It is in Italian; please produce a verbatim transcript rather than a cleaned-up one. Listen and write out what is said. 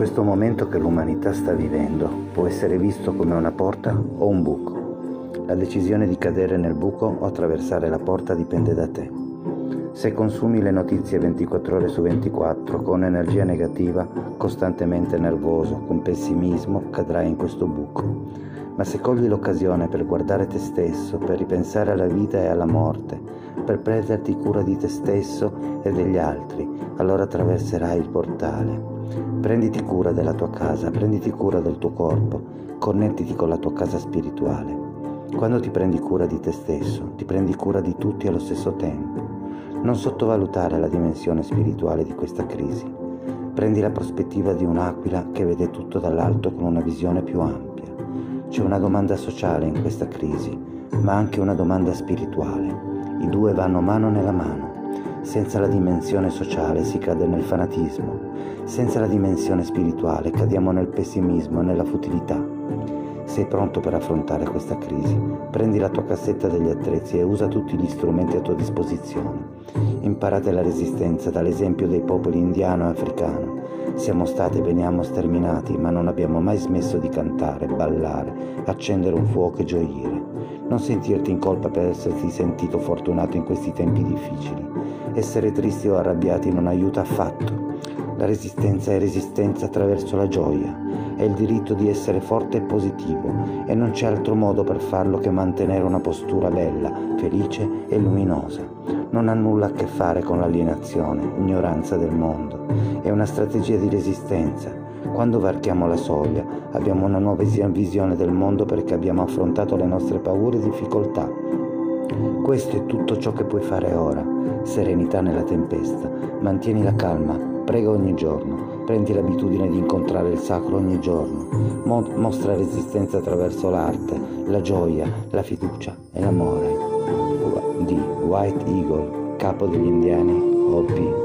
Questo momento che l'umanità sta vivendo può essere visto come una porta o un buco. La decisione di cadere nel buco o attraversare la porta dipende da te. Se consumi le notizie ventiquattro ore su ventiquattro con energia negativa, costantemente nervoso, con pessimismo, cadrai in questo buco. Ma se cogli l'occasione per guardare te stesso, per ripensare alla vita e alla morte, per prenderti cura di te stesso e degli altri, allora attraverserai il portale. Prenditi cura della tua casa, prenditi cura del tuo corpo, connettiti con la tua casa spirituale. Quando ti prendi cura di te stesso, ti prendi cura di tutti allo stesso tempo. Non sottovalutare la dimensione spirituale di questa crisi. Prendi la prospettiva di un'aquila che vede tutto dall'alto con una visione più ampia. C'è una domanda sociale in questa crisi, ma anche una domanda spirituale. I due vanno mano nella mano. Senza la dimensione sociale si cade nel fanatismo. Senza la dimensione spirituale cadiamo nel pessimismo e nella futilità. Sei pronto per affrontare questa crisi? Prendi la tua cassetta degli attrezzi e usa tutti gli strumenti a tua disposizione. Imparate la resistenza dall'esempio dei popoli indiano e africano. Siamo stati e veniamo sterminati, ma non abbiamo mai smesso di cantare, ballare, accendere un fuoco e gioire. Non sentirti in colpa per esserti sentito fortunato in questi tempi difficili. Essere tristi o arrabbiati non aiuta affatto. La resistenza è resistenza attraverso la gioia. È il diritto di essere forte e positivo, e non c'è altro modo per farlo che mantenere una postura bella, felice e luminosa. Non ha nulla a che fare con l'alienazione, ignoranza del mondo. È una strategia di resistenza. Quando varchiamo la soglia, abbiamo una nuova visione del mondo perché abbiamo affrontato le nostre paure e difficoltà. Questo è tutto ciò che puoi fare ora. Serenità nella tempesta. Mantieni la calma, prega ogni giorno. Prendi l'abitudine di incontrare il sacro ogni giorno. Mo- mostra resistenza attraverso l'arte, la gioia, la fiducia e l'amore. Di White Eagle, capo degli indiani O P.